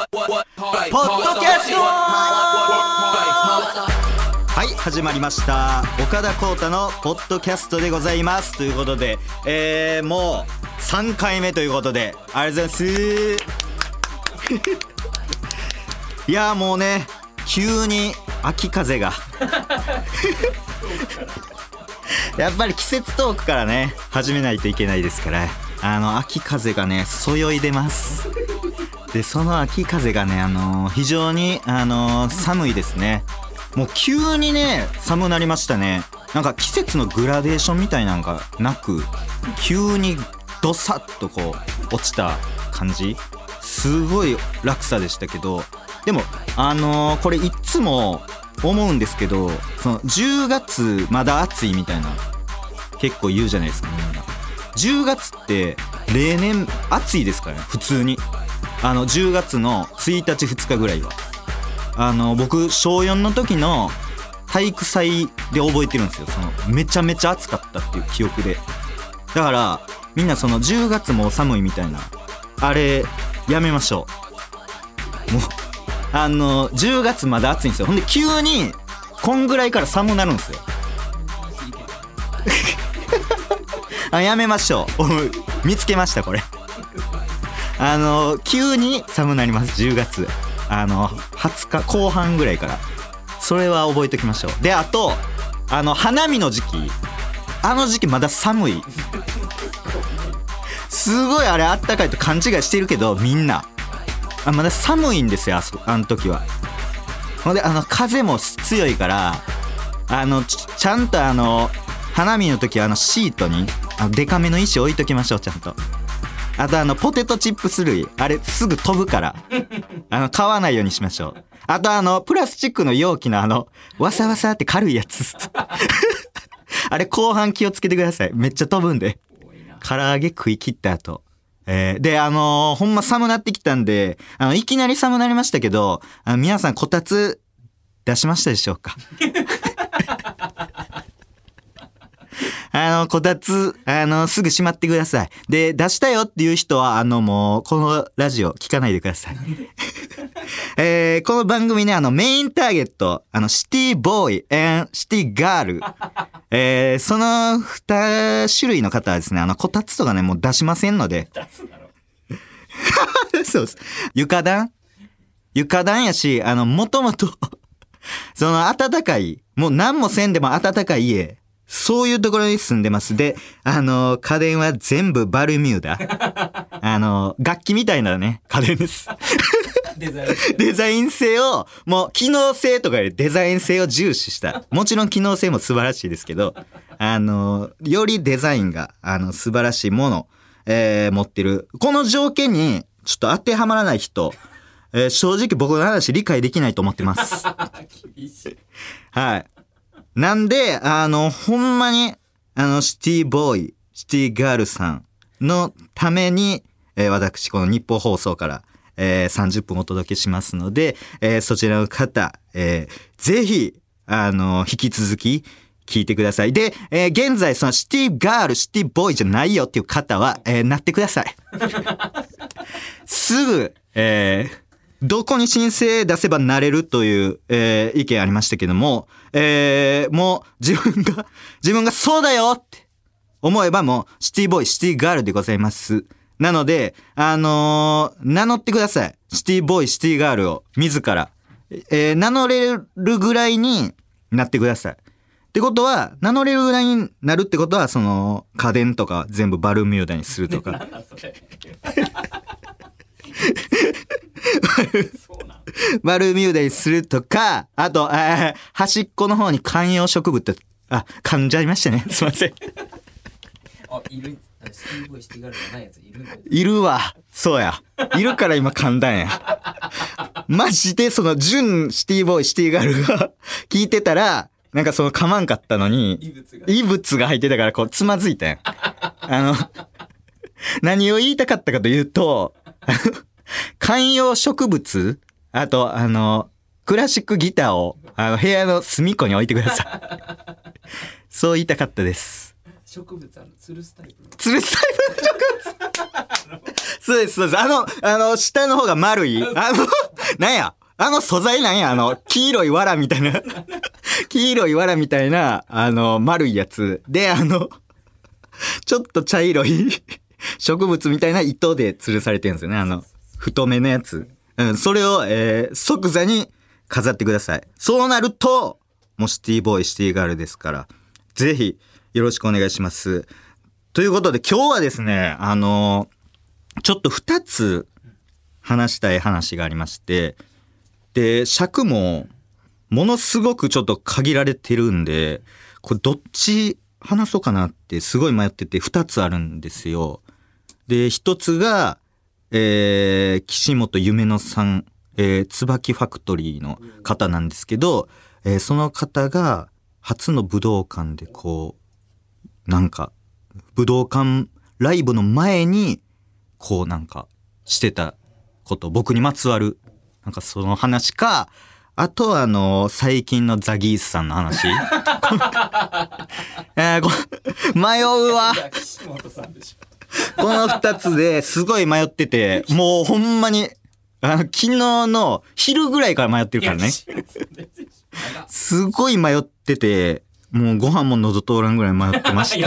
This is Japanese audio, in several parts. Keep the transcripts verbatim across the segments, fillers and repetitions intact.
ドキャスト。はい、始まりました。岡田浩太のポッドキャストでございます。ということで、えー、もうさんかいめということで、ありがとうございますいやーもうね、急に秋風がやっぱり季節トークからね始めないといけないですから、あの秋風がねそよいでます。でその秋風がね、あのー、非常に、あのー、寒いですね。もう急にね寒なりましたね。なんか季節のグラデーションみたいなんかなく、急にドサッとこう落ちた感じ、すごい落差でしたけど、でもあのー、これいつも思うんですけど、そのじゅうがつまだ暑いみたいな結構言うじゃないですか、みんな。じゅうがつって例年暑いですからね、普通に。あのじゅうがつのついたちふつかぐらいは、あの僕しょうよんの時の体育祭で覚えてるんですよ。そのめちゃめちゃ暑かったっていう記憶で。だからみんなそのじゅうがつも寒いみたいなあれやめましょう。もうあのじゅうがつまだ暑いんですよ。ほんで急にこんぐらいから寒なるんですよあ、やめましょう見つけましたこれあの急に寒なります。じゅうがつあのはつかこう半ぐらいから、それは覚えておきましょう。であとあの花見の時期、あの時期まだ寒いすごいあれあったかいと勘違いしてるけど、みんなあまだ寒いんですよ、あそこあの時は。ほんであの風も強いから、あの ち, ちゃんとあの花見の時はあのシートにあのデカめの石置いときましょう、ちゃんと。あとあのポテトチップス類、あれすぐ飛ぶからあの買わないようにしましょう。あとあのプラスチックの容器のあのワサワサって軽いやつあれ後半気をつけてください、めっちゃ飛ぶんで。唐揚げ食い切った後、えー、であのー、ほんま寒なってきたんで、あのいきなり寒なりましたけど、あの皆さんこたつ出しましたでしょうかあのこたつあのすぐしまってください。で出したよっていう人はあのもうこのラジオ聞かないでくださいえー、この番組ね、あのメインターゲット、あのシティボーイ&シティガール、えー、そのに種類の方はですね、あのこたつとかねもう出しませんのでそうです。床暖床暖やし、あのもともとその暖かい、もう何もせんでも暖かい家、そういうところに住んでます。で、あの家電は全部バルミューダあの楽器みたいなね家電ですデザインデザイン性を、もう機能性とかよりデザイン性を重視した、もちろん機能性も素晴らしいですけど、あのよりデザインがあの素晴らしいもの、えー、持ってる。この条件にちょっと当てはまらない人、えー、正直僕の話理解できないと思ってますはい。なんであのほんまにあのシティボーイシティガールさんのために、えー、私この日報放送からえー、さんじゅっぷんお届けしますので、えー、そちらの方、えー、ぜひあの引き続き聞いてください。で、えー、現在そのシティガールシティボーイじゃないよっていう方は、えー、なってくださいすぐ、えー、どこに申請出せばなれるという、えー、意見ありましたけども、えー、もう自分が自分がそうだよって思えばもうシティボーイシティガールでございます。なので、あのー、名乗ってください。シティボーイ、シティガールを自ら。えー、名乗れるぐらいになってください。ってことは、名乗れるぐらいになるってことは、その、家電とか全部バルミューダにするとか。なんだそれバルミューダにするとか、あと、えー、端っこの方に観葉植物って、あ、噛んじゃいましたね。すいません。 あ、いる。シティボーイシティガールじゃないやついるの？ いるわ。そうや。いるから今噛んだんや。マジでその純シティボーイシティガールが聞いてたら、なんかその噛まんかったのに異物が異物が入ってたからこうつまずいたんや。あの何を言いたかったかというと、観葉植物、あとあのクラシックギターをあの部屋の隅っこに置いてください。そう言いたかったです。 植物、あの吊るすタイプの吊るすタイプの植物そうです、そうです。あの、あの、下の方が丸い。あの、なんや。あの素材なんや。あの、黄色い藁みたいな。黄色い藁みたいな、あの、丸いやつ。で、あの、ちょっと茶色い植物みたいな糸で吊るされてるんですよね。あの、太めのやつ。うん、それを、えー、即座に飾ってください。そうなると、もうシティボーイ、シティガールですから、ぜひ、よろしくお願いします。ということで、今日はですね、あのー、ちょっと二つ話したい話がありまして、で、尺も、ものすごくちょっと限られてるんで、これどっち話そうかなってすごい迷ってて、二つあるんですよ。で、一つが、えー、岸本夢乃さん、えー、椿ファクトリーの方なんですけど、えー、その方が初の武道館でこう、なんか、武道館ライブの前に、こうなんか、してたこと、僕にまつわる、なんかその話か、あとはあの、最近のザギースさんの話。えー、こ迷うわ。 岸本さんでしょ。 この二つですごい迷ってて、もうほんまに、あの、昨日の昼ぐらいから迷ってるからね。すごい迷ってて、もうご飯も喉通らんぐらい迷ってまして。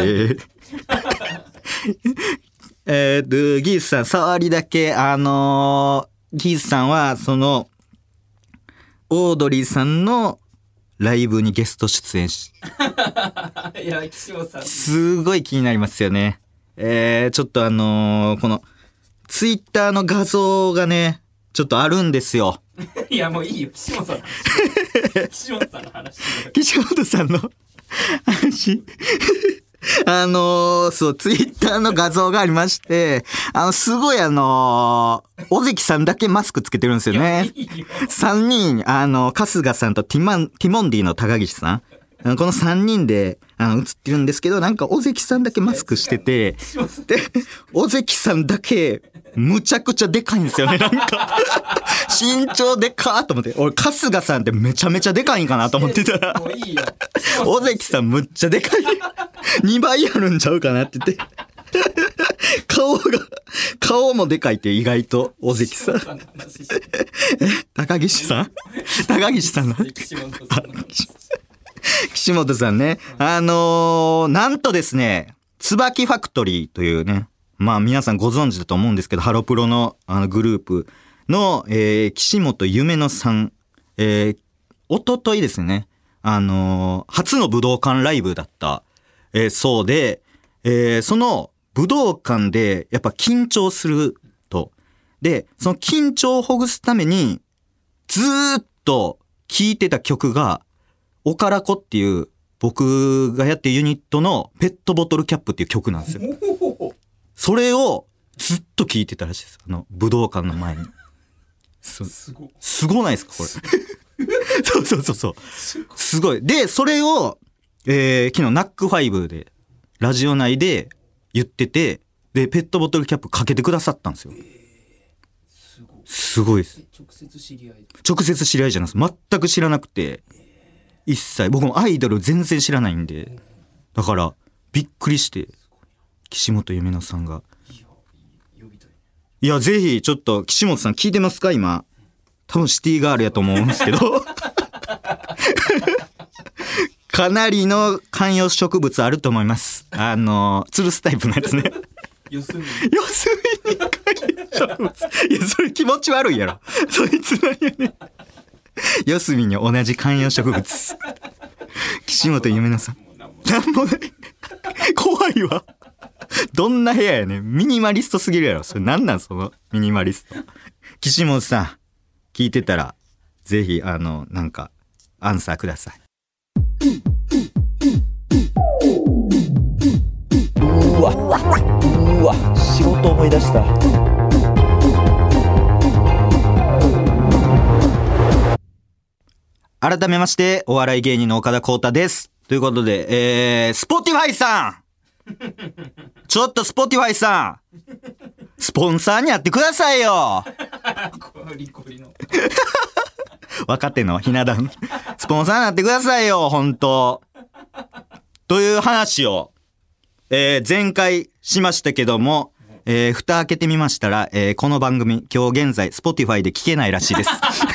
えっと、ギースさん、触りだけ、あのー、ギースさんは、その、オードリーさんのライブにゲスト出演し、 いや、岸本さん。 すごい気になりますよね。えー、ちょっとあのー、この、ツイッターの画像がね、ちょっとあるんですよ。 いや、もういいよ、岸本さんの話。岸本さんの話。 岸本さんの話。あのー、そう、ツイッターの画像がありまして、あの、すごいあのー、尾関さんだけマスクつけてるんですよね。三人、あの、春日さんとティマン、ティモンディの高岸さん。この三人で、あの、映ってるんですけど、なんか尾関さんだけマスクしてて、で、尾関さんだけ、むちゃくちゃでかいんですよね、なんか。身長でかーと思って。俺、春日さんってめちゃめちゃでかいんかなと思ってたら、 もういいよ。 尾関さんむっちゃでかい。にばいあるんちゃうかなって言って。顔が、顔もでかいって意外と、尾関さん。高岸さん高岸さんの岸本さんの話。 岸本さんね。あのー、なんとですね、椿ファクトリーというね、まあ皆さんご存知だと思うんですけど、ハロプロのあのグループの、えー、岸本夢乃さん、えー、おとといですね、あのー、初の武道館ライブだった、えー、そうで、えー、その武道館でやっぱ緊張すると。で、その緊張をほぐすために、ずーっと聴いてた曲が、オカラコっていう僕がやってるユニットのペットボトルキャップっていう曲なんですよ。それをずっと聴いてたらしいです。あの、武道館の前に。す、 すごすごないですかこれ。そうそうそうそう。すごい。で、それを、えー、昨日ナックファイブで、ラジオ内で言ってて、で、ペットボトルキャップかけてくださったんですよ。 すごい。 すごいです。 直接知り合い。 直接知り合いじゃないです。全く知らなくて。一切僕もアイドル全然知らないんで、だからびっくりして、岸本夢乃さんが、いやぜひちょっと岸本さん聞いてますか今。多分シティガールやと思うんですけどかなりの観葉植物あると思います。あの吊るすタイプのやつね。 四隅に四隅に観葉植物、いやそれ気持ち悪いやろそいつなんやねん。四隅に同じ観葉植物。岸本夢乃さん。なんもない。怖いわ。どんな部屋やねん。ミニマリストすぎるやろ。それなんなんそのミニマリスト。岸本さん、聞いてたら、ぜひ、あの、なんか、アンサーください。うわ、うわ、仕事思い出した。改めまして、お笑い芸人の岡田光太です。ということで、えー、スポティファイさんちょっとスポティファイさんスポンサーにやってくださいよコリコリの分かってんのひな壇スポンサーになってくださいよ、ほんと。という話を、えー、前回しましたけども、 えー、蓋開けてみましたら、えー、この番組、今日現在、Spotify で聞けないらしいです。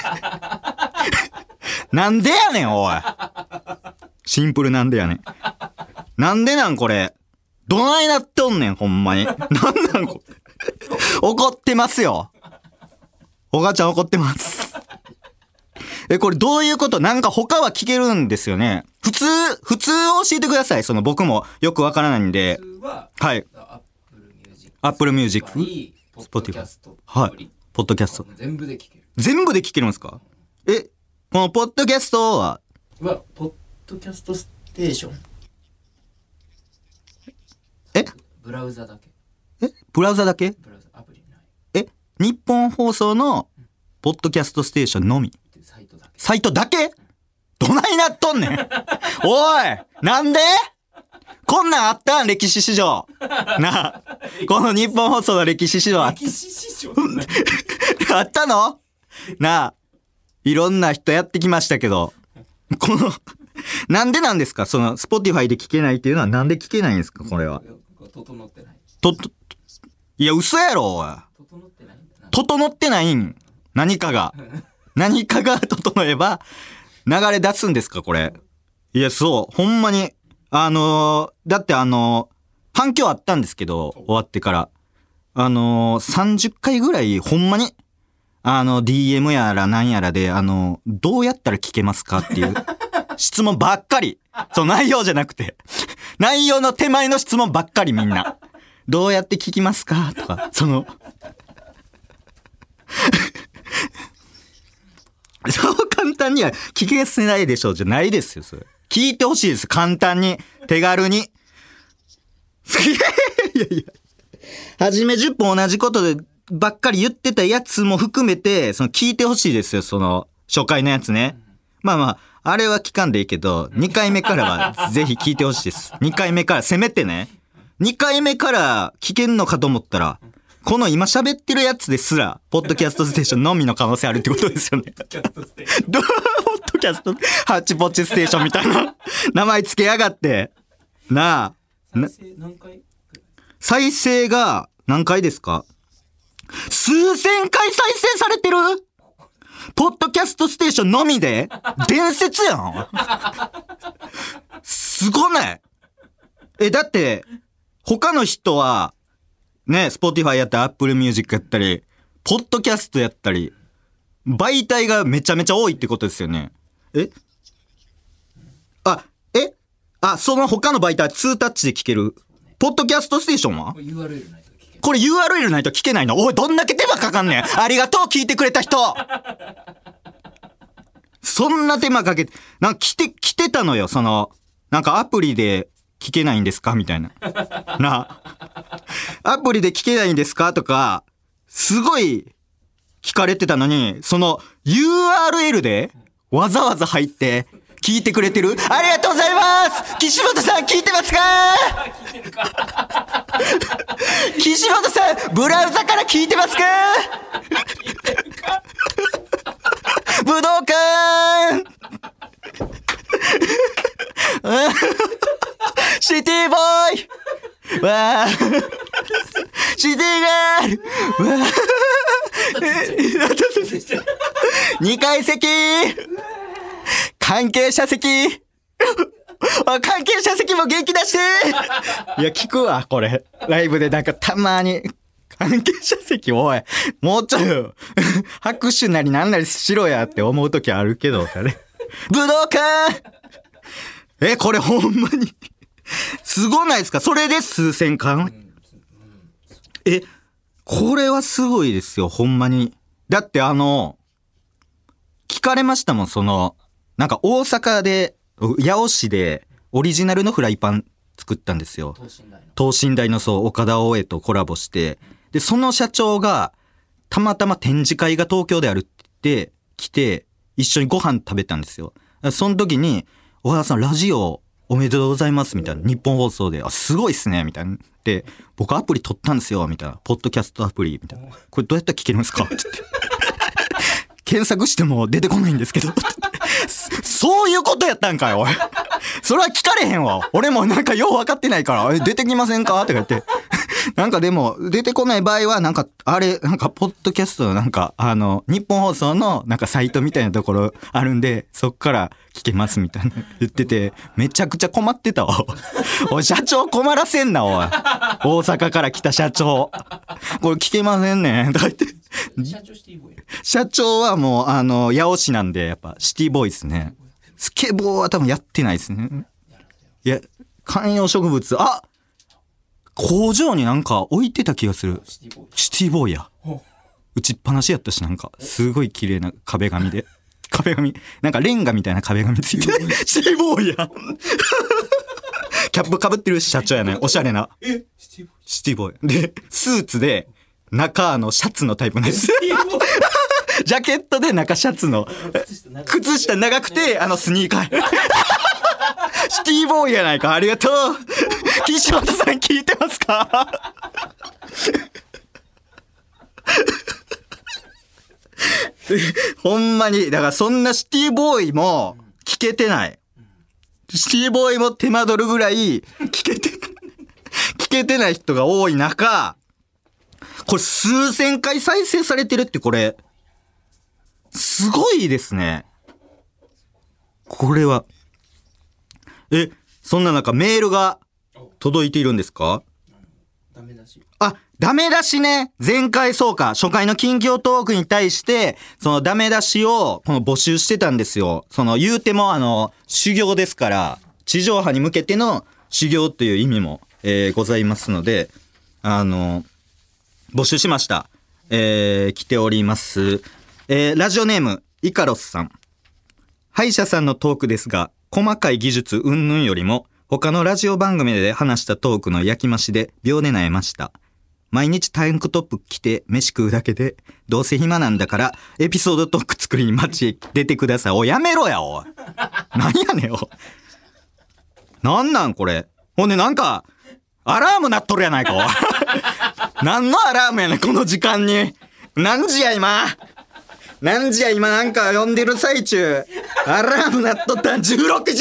なんでやねん、おい。シンプルなんでやねん。なんでなん、これ。どないなっとんねん、ほんまに。なんなんこれ。怒ってますよ。お母ちゃん怒ってます。え、これどういうこと？なんか他は聞けるんですよね。普通、普通を教えてください。その僕もよくわからないんで。 普通は、 はい。Apple Music。Spotify。はい。ポッドキャスト。 全部で聞ける。 全部で聞けるんですか？え、このポッドキャストはは、ポッドキャストステーション。 え？ ブラウザだけ。 え？ブラウザだけ？ ブラウザアプリない。 え？日本放送のポッドキャストステーションのみ。 サイトだけ。 サイトだけ？どないなっとんねん。おい、なんで？こんなんあったん？歴史史上。なあ、この日本放送の歴史史上あった。 歴史史上あったの？なあ、いろんな人やってきましたけど、この、なんでなんですか？その、Spotify で聞けないっていうのはなんで聞けないんですか？これは。 整ってない。 と、と、いや、嘘やろ、おい。 整ってないんだな。 整ってないん。何かが。何かが整えば、流れ出すんですか、これ。いや、そう、ほんまに。あのー、だってあのー、反響あったんですけど、終わってから。あのー、さんじゅっかいぐらい、ほんまに、あの、ディーエム やらなんやらで、あの、どうやったら聞けますかっていう質問ばっかり。そう、内容じゃなくて。内容の手前の質問ばっかりみんな。どうやって聞きますかとか、その、そう簡単には聞けせないでしょうじゃないですよ、それ。聞いてほしいです。簡単に。手軽に。いやいや。はじめじゅっぽん同じことでばっかり言ってたやつも含めて、その聞いてほしいですよ、その初回のやつね。まあまあ、あれは聞かんでいいけど、にかいめからはぜひ聞いてほしいです。にかいめからせめてね。にかいめから聞けんのかと思ったら、この今喋ってるやつですら、ポッドキャストステーションのみの可能性あるってことですよね。ポッドキャストステーション。ポッドキャスト、ハッチポッチステーションみたいな名前つけやがって。なあ。 再生何回？ 再生が何回ですか？数千回再生されてる？ポッドキャストステーションのみで伝説やん。すごない？え、だって、他の人は、ね、Spotify やったり、Apple Music やったり、ポッドキャストやったり、媒体がめちゃめちゃ多いってことですよね。え？あ、え？あ、その他の媒体ツータッチで聞ける。ポッドキャストステーションは？ これ ユーアールエル ないと聞けない。 これ ユーアールエル ないと聞けないの？おい、どんだけ手間かかんねん。ありがとう、聞いてくれた人。そんな手間かけて、なんか来て、来てたのよ、その、なんかアプリで聞けないんですかみたいな。なあ。アプリで聞けないんですかとか、すごい聞かれてたのに、その ユーアールエル でわざわざ入って聞いてくれてる？ありがとうございます！岸本さん聞いてますか？ 聞いてるか岸本さん、ブラウザから聞いてますか？ 聞いてるか武道館シティボーイわーシティガールわーにかい席関係者席関係者席も元気出していや、聞くわ、これ。ライブでなんかたまに。関係者席、おい。もうちょい、拍手なりなんなりしろやって思うときあるけど、あれ。武道館え、これほんまに。すごないですか？それで数千回？え、これはすごいですよ、ほんまに。だってあの、聞かれましたもん、その、なんか大阪で、八尾市でオリジナルのフライパン作ったんですよ。等身大のそう、岡田大江とコラボして。で、その社長が、たまたま展示会が東京であるって言って、来て、一緒にご飯食べたんですよ。その時に、小原さんラジオおめでとうございますみたいな。日本放送で、あ、すごいっすねみたいな。で、僕アプリ取ったんですよみたいな。ポッドキャストアプリみたいな。これどうやったら聞けるんですかって言って。検索しても出てこないんですけど。そういうことやったんかよ、おい。それは聞かれへんわ。俺もなんかよう分かってないから、出てきませんかとか言って。 なんかでも、出てこない場合は、なんか、あれ、なんか、ポッドキャストのなんか、あの、日本放送のなんかサイトみたいなところあるんで、そっから聞けますみたいな言ってて、めちゃくちゃ困ってたわ。おい、社長困らせんな、おい。大阪から来た社長。これ聞けませんね。とか言って。 社長シティボーイ。 社長はもう、あの、八尾市なんで、やっぱシティボーイですね。スケボーは多分やってないですね。いや、観葉植物、あ工場になんか置いてた気がする。 シティボーイ。 シティボーイや。打ちっぱなしやったし、なんか、すごい綺麗な壁紙で。壁紙、なんかレンガみたいな壁紙ついて、シティボーイや。キャップ被ってる社長やね。おしゃれな。 えシティボーイ。 シティボーイ。で、スーツで、中のシャツのタイプのやつ。ジャケットで中シャツの。靴下長くて、あのスニーカー。シティボーイやないか。ありがとう。岸本さん聞いてますか？ほんまに。だからそんなシティボーイも聞けてない。シティボーイも手間取るぐらい聞けて、聞けてない人が多い中、これ数千回再生されてるってこれ、すごいですね。これは。え、そんな中メールが届いているんですか？ ダメだし。 あ、ダメ出しね。前回そうか。初回の近況トークに対して、そのダメ出しをこの募集してたんですよ。その言うてもあの、修行ですから、地上波に向けての修行という意味も、えー、ございますので、あの、募集しました。えー、来ております。えー、ラジオネーム、イカロスさん。歯医者さんのトークですが、細かい技術云々よりも、他のラジオ番組で話したトークの焼き増しで秒で萎えました。毎日タンクトップ着て飯食うだけで、どうせ暇なんだからエピソードトーク作りに街へ出てください。おい、やめろや、おい。何やねん、おい。なんなんこれ。ほんでなんか、アラーム鳴っとるやないか、おい。何のアラームやねん、この時間に。何時や、今。何時や、今なんか呼んでる最中。アラーム鳴っとったんじゅうろくじ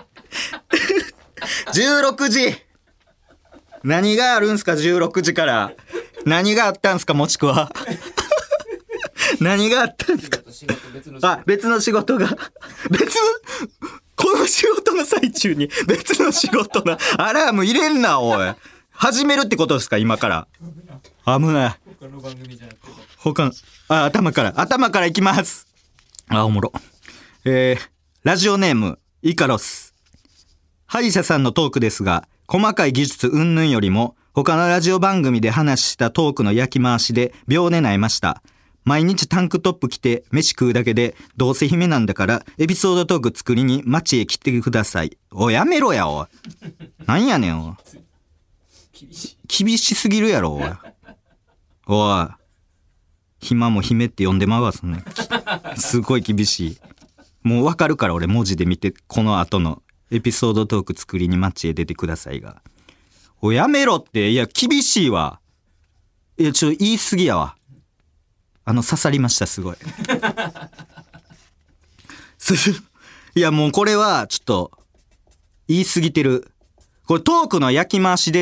じゅうろくじ何があるんすかじゅうろくじから何があったんすかもちくは何があったんすかあ、別の仕事が別のこの仕事の最中に別の仕事のアラーム入れんなおい始めるってことですか今から危ない他の番組じゃなくて他のあ頭から頭からいきますあおもろえー、ラジオネームイカロス歯医者さんのトークですが、細かい技術云々よりも、他のラジオ番組で話したトークの焼き回しで秒で萎えました。毎日タンクトップ着て飯食うだけで、どうせ姫なんだから、エピソードトーク作りに街へ来てください。おい、やめろや、おい。なんやねん、おい。 厳しい。 厳しすぎるやろ、おい。おい。暇も姫って呼んでまうわ、そんな。すごい厳しい。もうわかるから、俺文字で見て、この後の。エピソードトーク作りに街へ出てくださいが。おやめろって、いや、厳しいわ。いや、ちょ、言い過ぎやわ。あの、刺さりました、すごい。いや、もうこれは、ちょっと、言い過ぎてる。これトークの焼き回しでって、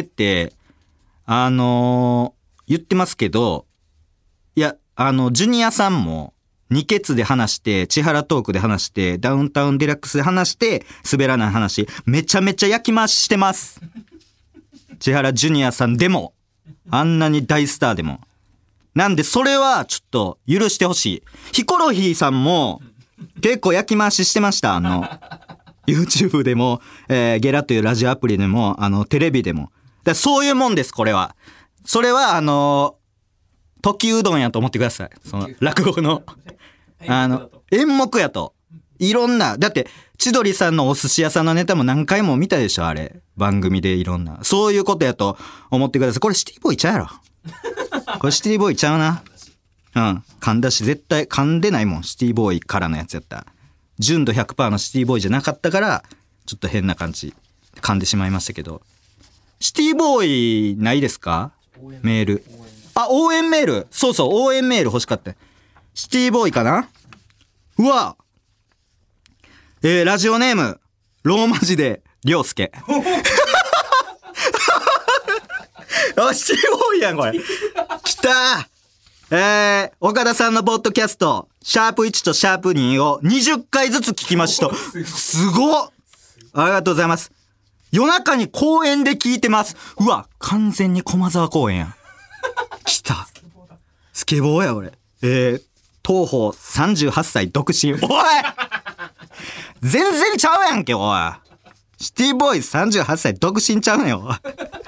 あのー、言ってますけど、いや、あの、ジュニアさんも、二ケツで話して、千原トークで話して、ダウンタウンデラックスで話して、滑らない話、めちゃめちゃ焼き回ししてます。千原ジュニアさんでも、あんなに大スターでも。なんで、それはちょっと許してほしい。ヒコロヒーさんも、結構焼き回ししてました。あの、YouTube でも、えー、ゲラというラジオアプリでも、あの、テレビでも。だそういうもんです、これは。それは、あのー、時うどんやと思ってください。その落語のあの演目やといろんなだって千鳥さんのお寿司屋さんのネタも何回も見たでしょあれ番組でいろんなそういうことやと思ってください。これシティボーイちゃうやろこれシティボーイちゃうなうん噛んだし絶対噛んでないもんシティボーイからのやつやった純度 ひゃくパーセント のシティボーイじゃなかったからちょっと変な感じ噛んでしまいましたけどシティボーイないですかメールあ、応援メール。そうそう、応援メール欲しかった。シティボーイかなうわえー、ラジオネーム、ローマ字で、りょうすけ。 あ、シティボーイやん、これ。来たー。えー、岡田さんのポッドキャスト、シャープいちとシャープにをにじゅっかいずつ聞きました。すごっ。ありがとうございます。夜中に公園で聞いてます。うわ、完全に駒沢公園やん。来た。スケボーや、俺。えー、東方さんじゅうはっさい独身。おい全然ちゃうやんけ、おい。シティボーイさんじゅうはっさい独身ちゃうねん、おい。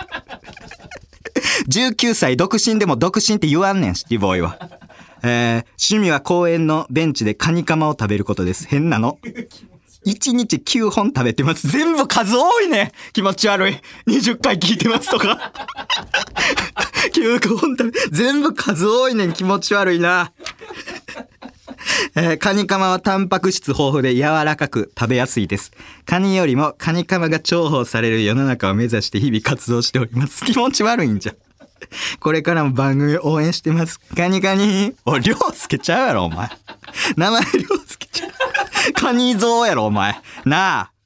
じゅうきゅうさい独身でも独身って言わんねん、シティボーイは。えー、趣味は公園のベンチでカニカマを食べることです。変なの。いちにちきゅうほん食べてます。全部数多いね。気持ち悪い。にじゅっかい聞いてますとか。きゅうほん食べ、全部数多いねん。気持ち悪いな。えー、カニカマはタンパク質豊富で柔らかく食べやすいです。カニよりもカニカマが重宝される世の中を目指して日々活動しております。気持ち悪いんじゃん。これからも番組応援してます。カニカニ。おい、りょうすけちゃうやろ、お前。名前りょうすけちゃう。カニゾウやろ、お前。なあ。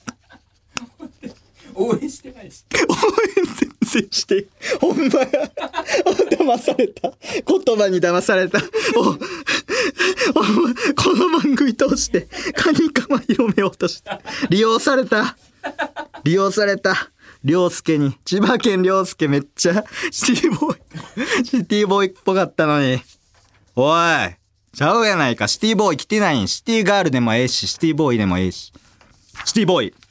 応援してないし。 応援全然して。ほんまや。騙された。言葉に騙された。お、お前、この番組通してカニカマ広めようとした。利用された。利用された。涼介に。千葉県涼介めっちゃシティボーイ。シティボーイっぽかったのに。おい。ちゃうやないか。シティボーイ来てないん。シティガールでもええし、シティボーイでもええし。シティボーイ。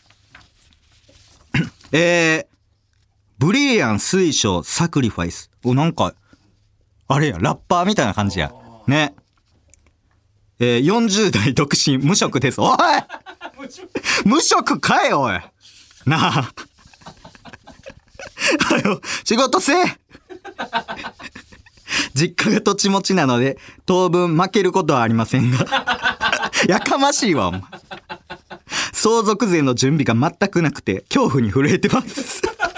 えー、ブリリアン水晶サクリファイス。お、なんか、あれや、ラッパーみたいな感じや。ね。えー、よんじゅうだい独身、無職です。おい無職かい、おいなあ。はよ、仕事せえ実家が土地持ちなので、当分負けることはありませんが。やかましいわ、お前。相続税の準備が全くなくて、恐怖に震えてます。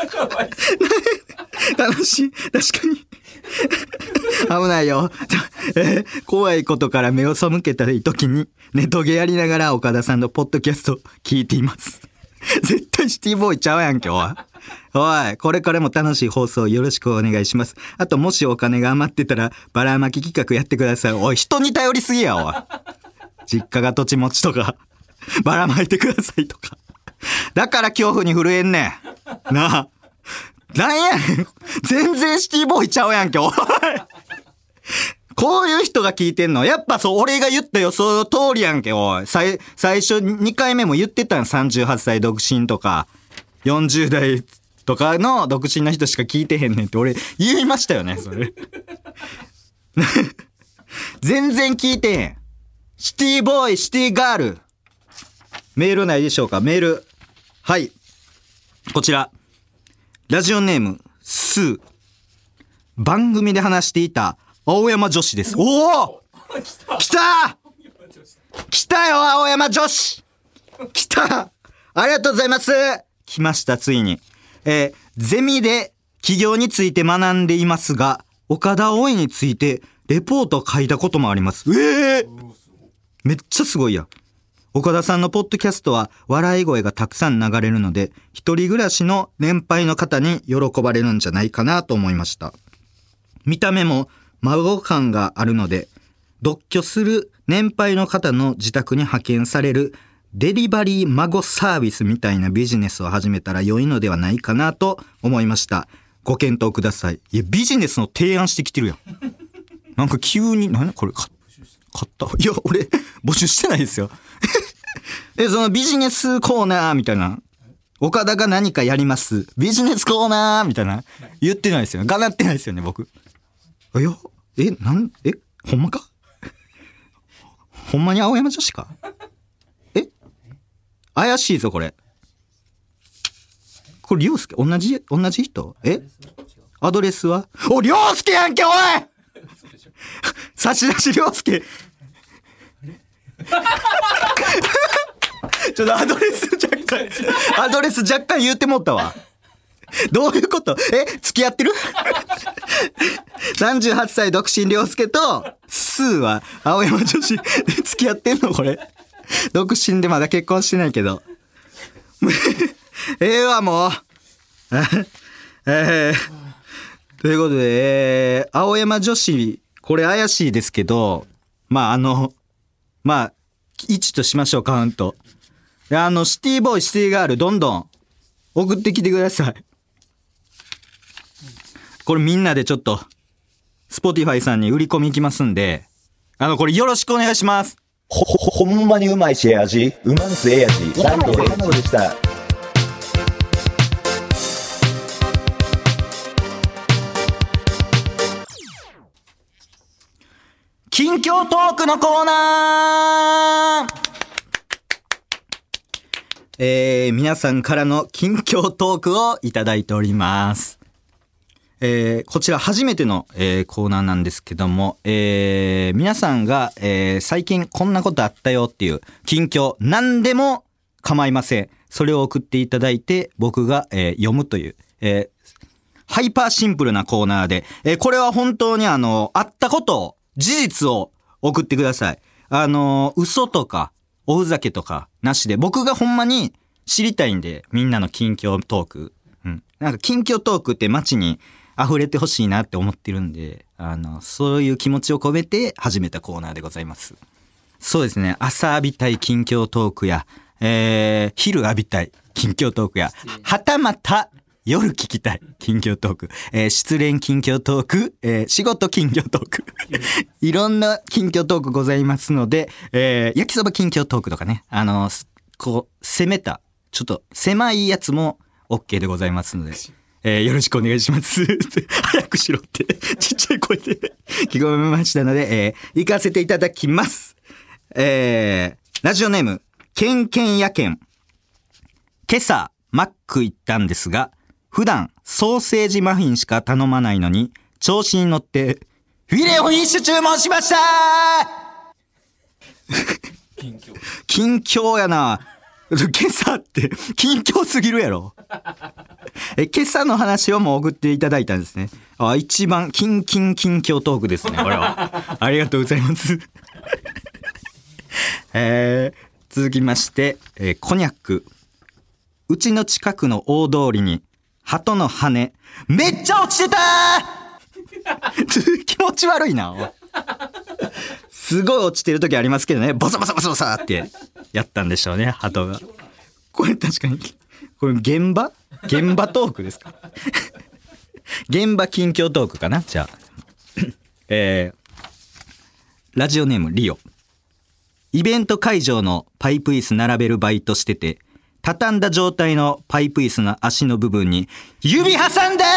悲しい。確かに。危ないよ。えー、怖いことから目を背けたい時に、ネトゲやりながら岡田さんのポッドキャスト聞いています。絶対シティボーイちゃうやんけ、おい。おい、これからも楽しい放送よろしくお願いします。あと、もしお金が余ってたら、ばらまき企画やってください。おい、人に頼りすぎや、おい。実家が土地持ちとか、ばらまいてくださいとか。だから恐怖に震えんねん。なあ。なんやねん。全然シティボーイちゃうやんけ、おい。こういう人が聞いてんの。やっぱそう、俺が言った予想の通りやんけ、おい。最、最初にかいめも言ってたん。さんじゅうはっさい独身とか、よんじゅうだいとかの独身の人しか聞いてへんねんって俺言いましたよね、それ。全然聞いてへん。シティボーイ、シティガール。メールないでしょうか？メール。はい。こちら。ラジオネーム、スー。番組で話していた青山女子です。おお来た来たよ、青山女子来たありがとうございます。来ました、ついに。えー、ゼミで起業について学んでいますが、岡田葵についてレポートを書いたこともあります。えー、めっちゃすごいや。岡田さんのポッドキャストは笑い声がたくさん流れるので、一人暮らしの年配の方に喜ばれるんじゃないかなと思いました。見た目も孫感があるので、独居する年配の方の自宅に派遣されるデリバリー孫サービスみたいなビジネスを始めたら良いのではないかなと思いました。ご検討ください。いや、ビジネスの提案してきてるやん。なんか急に、何これ、買った。いや、俺、募集してないですよ。え、そのビジネスコーナーみたいな。岡田が何かやります。ビジネスコーナーみたいな。言ってないですよ。がなってないですよね、僕。いや、え、なん、え、ほんまかほんまに青山女子かえ怪しいぞ、これ。これ、りょうすけ、同じ、同じ人えアドレスはお、りょうすけやんけ、おい差出りょうすけ。ちょっとアドレス若干、アドレス若干言ってもったわ。どういうこと？え、付き合ってる？さんじゅうはっさい独身涼介と、スーは青山女子で付き合ってんのこれ。独身でまだ結婚してないけど。ええわ、もう。えー、 ということで、えー、青山女子、これ怪しいですけど、まああの、まあ、いちとしましょう、カウント。あの、シティボーイ、シティガール、どんどん送ってきてください。これみんなでちょっと、スポティファイさんに売り込み行きますんで、あの、これよろしくお願いします。 ほ、ほ、ほんまにうまいしええ味。うまみつええ味。ライトええのでした。 近況トークのコーナーえー、皆さんからの近況トークをいただいております。えー、こちら初めての、えー、コーナーなんですけども、えー、皆さんが、えー、最近こんなことあったよっていう近況、何でも構いません。それを送っていただいて、僕が、えー、読むという、えー、ハイパーシンプルなコーナーで、えー、これは本当にあの、あったことを、事実を送ってください。あの、嘘とか、おふざけとか、なしで、僕がほんまに知りたいんで、みんなの近況トーク。うん。なんか近況トークって街に溢れてほしいなって思ってるんで、あの、そういう気持ちを込めて始めたコーナーでございます。そうですね、朝浴びたい近況トークや、えー、昼浴びたい近況トークや、はたまた、夜聞きたい近況トーク、えー、失恋近況トーク、えー、仕事近況トークいろんな近況トークございますので、えー、焼きそば近況トークとかね、あのー、こう攻めたちょっと狭いやつも OK でございますので、えー、よろしくお願いします早くしろってちっちゃい声で聞こえましたので、えー、行かせていただきます。えー、ラジオネームケンケンやけん。今朝マック行ったんですが、普段ソーセージマフィンしか頼まないのに調子に乗ってフィレオフィッシュ注文しました近況近況やな。今朝って近況すぎるやろえ、今朝の話をもう送っていただいたんですね。あ、一番キンキン近況トークですね、これはありがとうございますえー、続きまして、えー、コニャック。うちの近くの大通りに鳩の羽めっちゃ落ちてた気持ち悪いな。すごい落ちてる時ありますけどね、ボサボサボサボサってやったんでしょうね、鳩が。これ確かにこれ現場現場トークですか現場近況トークかな。じゃあえー、ラジオネームリオ。イベント会場のパイプ椅子並べるバイトしてて、畳んだ状態のパイプ椅子の足の部分に指挟んで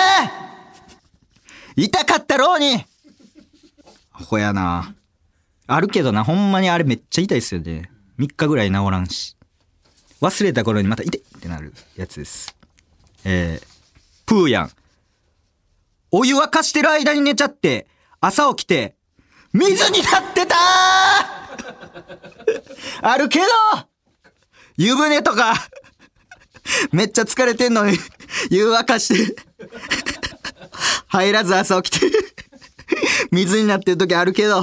痛かったろうに。ほやな。あるけどな、ほんまにあれめっちゃ痛いっすよね。みっかぐらい治らんし、忘れた頃にまた痛いってなるやつです。えー、プーヤン。お湯沸かしてる間に寝ちゃって朝起きて水になってたあるけど湯船とかめっちゃ疲れてんのに湯沸かして入らず朝起きて水になってる時あるけど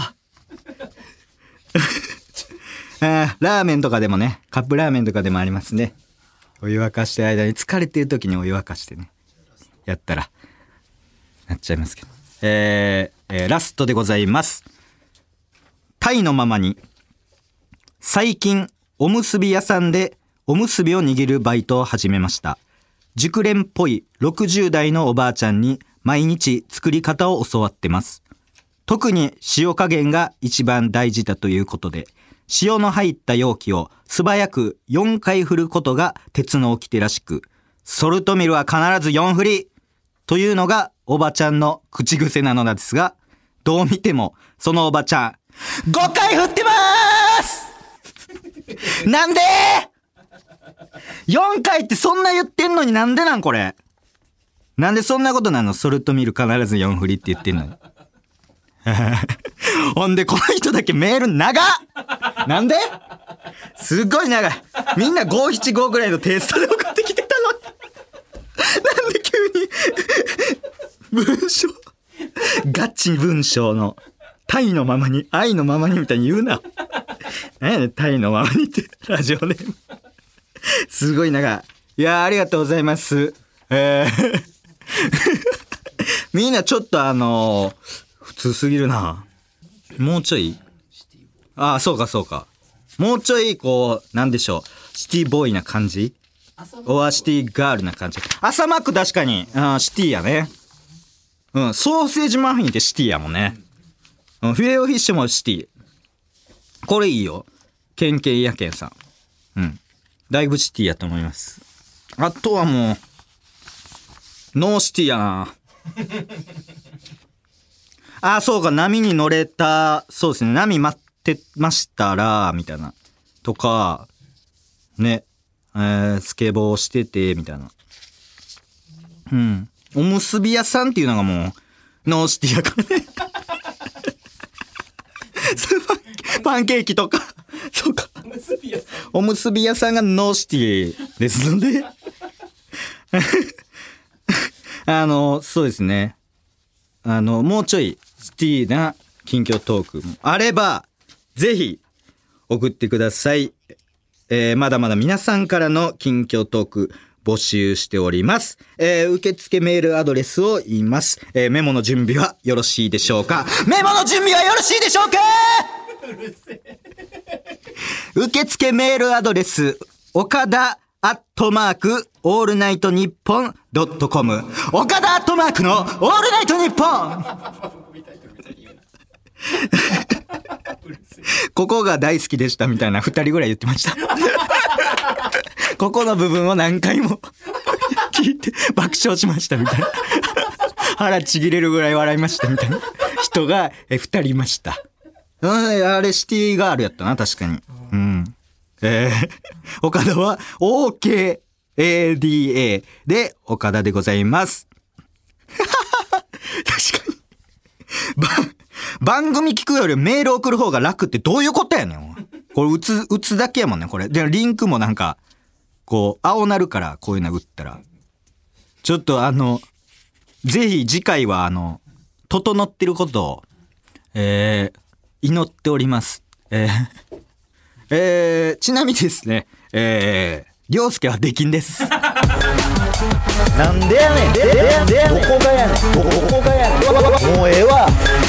あ、ラーメンとかでもね、カップラーメンとかでもありますね。お湯沸かしてる間に疲れてる時にお湯沸かしてねやったらなっちゃいますけど、えーえー、ラストでございます。タイのママに。最近おむすび屋さんでおむすびを握るバイトを始めました。熟練っぽいろくじゅう代のおばあちゃんに毎日作り方を教わってます。特に塩加減が一番大事だということで、塩の入った容器を素早くよんかい振ることが鉄の掟らしく、ソルトミルは必ずよん振りというのがおばちゃんの口癖なのですが、どう見てもそのおばちゃんごかい振ってまーすなんで ?よん 回ってそんな言ってんのになんでなんこれ。なんでそんなことなの。ソルトミル必ずよん振りって言ってんのにほんでこの人だけメール長っなんですっごい長い。みんなごななごぐらいのテイストで送ってきてたのになんで急に文章ガチ文章のタイのままに愛のままにみたいに言うな。何やねんタイのままにってラジオネームすごい長い。いやーありがとうございます。えーみんなちょっとあのー、普通すぎるな。もうちょい。ああ、そうかそうか。もうちょいこう、なんでしょう。シティボーイな感じオアシティガールな感じ。朝マック確かに、あシティやね。うん、ソーセージマフィンってシティやもんね。うん、フィレオフィッシュもシティ。これいいよ。ケンケンやけんさん。うん。だいぶシティやと思います。あとはもう、ノーシティやな。あ、そうか、波に乗れた、そうですね、波待ってましたら、みたいな。とか、ね、えー、スケボーしてて、みたいな。うん。おむすび屋さんっていうのがもう、ノーシティやからね。パンケーキとか、そうか。おむすび屋さんがノーシティですので。あの、そうですね。あの、もうちょいシティな近況トークもあれば、ぜひ送ってください。えー、まだまだ皆さんからの近況トーク募集しております。えー、受付メールアドレスを言います。えー、メモの準備はよろしいでしょうか？メモの準備はよろしいでしょうか？受付メールアドレス、岡田アットマークオールナイトニッポンドットコム。岡田アットマークのオールナイトニッポン。ここが大好きでしたみたいな二人ぐらい言ってました。ここの部分を何回も聞いて爆笑しましたみたいな。腹ちぎれるぐらい笑いましたみたいな人がえ二人いました。あれシティガールやったな、確かに。うん。えー、岡田は オーケーエーディーエー で岡田でございます。確かに。番組聞くよりメール送る方が楽ってどういうことやねん。これ打つ、打つだけやもんね、これ。で、リンクもなんか、こう、青なるからこういうの打ったら。ちょっとあの、ぜひ次回はあの、整ってることを、えー、祈っております。えー、えー、ちなみにですね、えー、りょうすけは出禁です。 なんでやねん。で、で、で、どこがやねん。どこがやねん。もうええわ。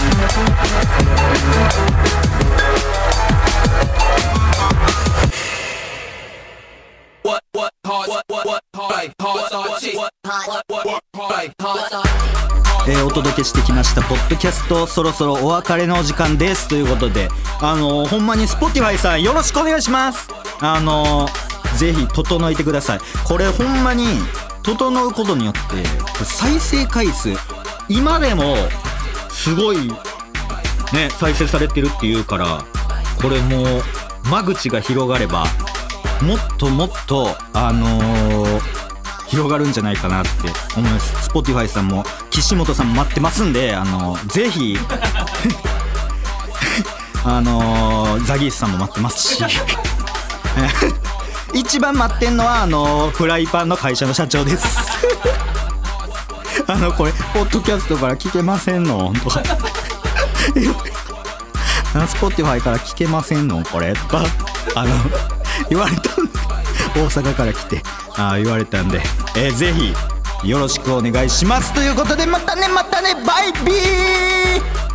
えー、お届けしてきましたポッドキャスト、そろそろお別れのお時間ですということで、あのー、ほんまに Spotify さんよろしくお願いします。あのー、ぜひ整えてください。これほんまに整うことによって再生回数今でもすごいね再生されてるっていうから、これもう間口が広がればもっともっとあのー、広がるんじゃないかなって思います。 Spotify さんも岸本さんも待ってますんで、あのー、ぜひあのー、ザギースさんも待ってますし一番待ってんのはあのー、フライパンの会社の社長ですあのこれポッドキャストから聞けませんのとかSpotify から聞けませんのこれとかあの言われたんで、大阪から来てあ言われたんで、えー、ぜひよろしくお願いしますということで、またねまたねバイビー。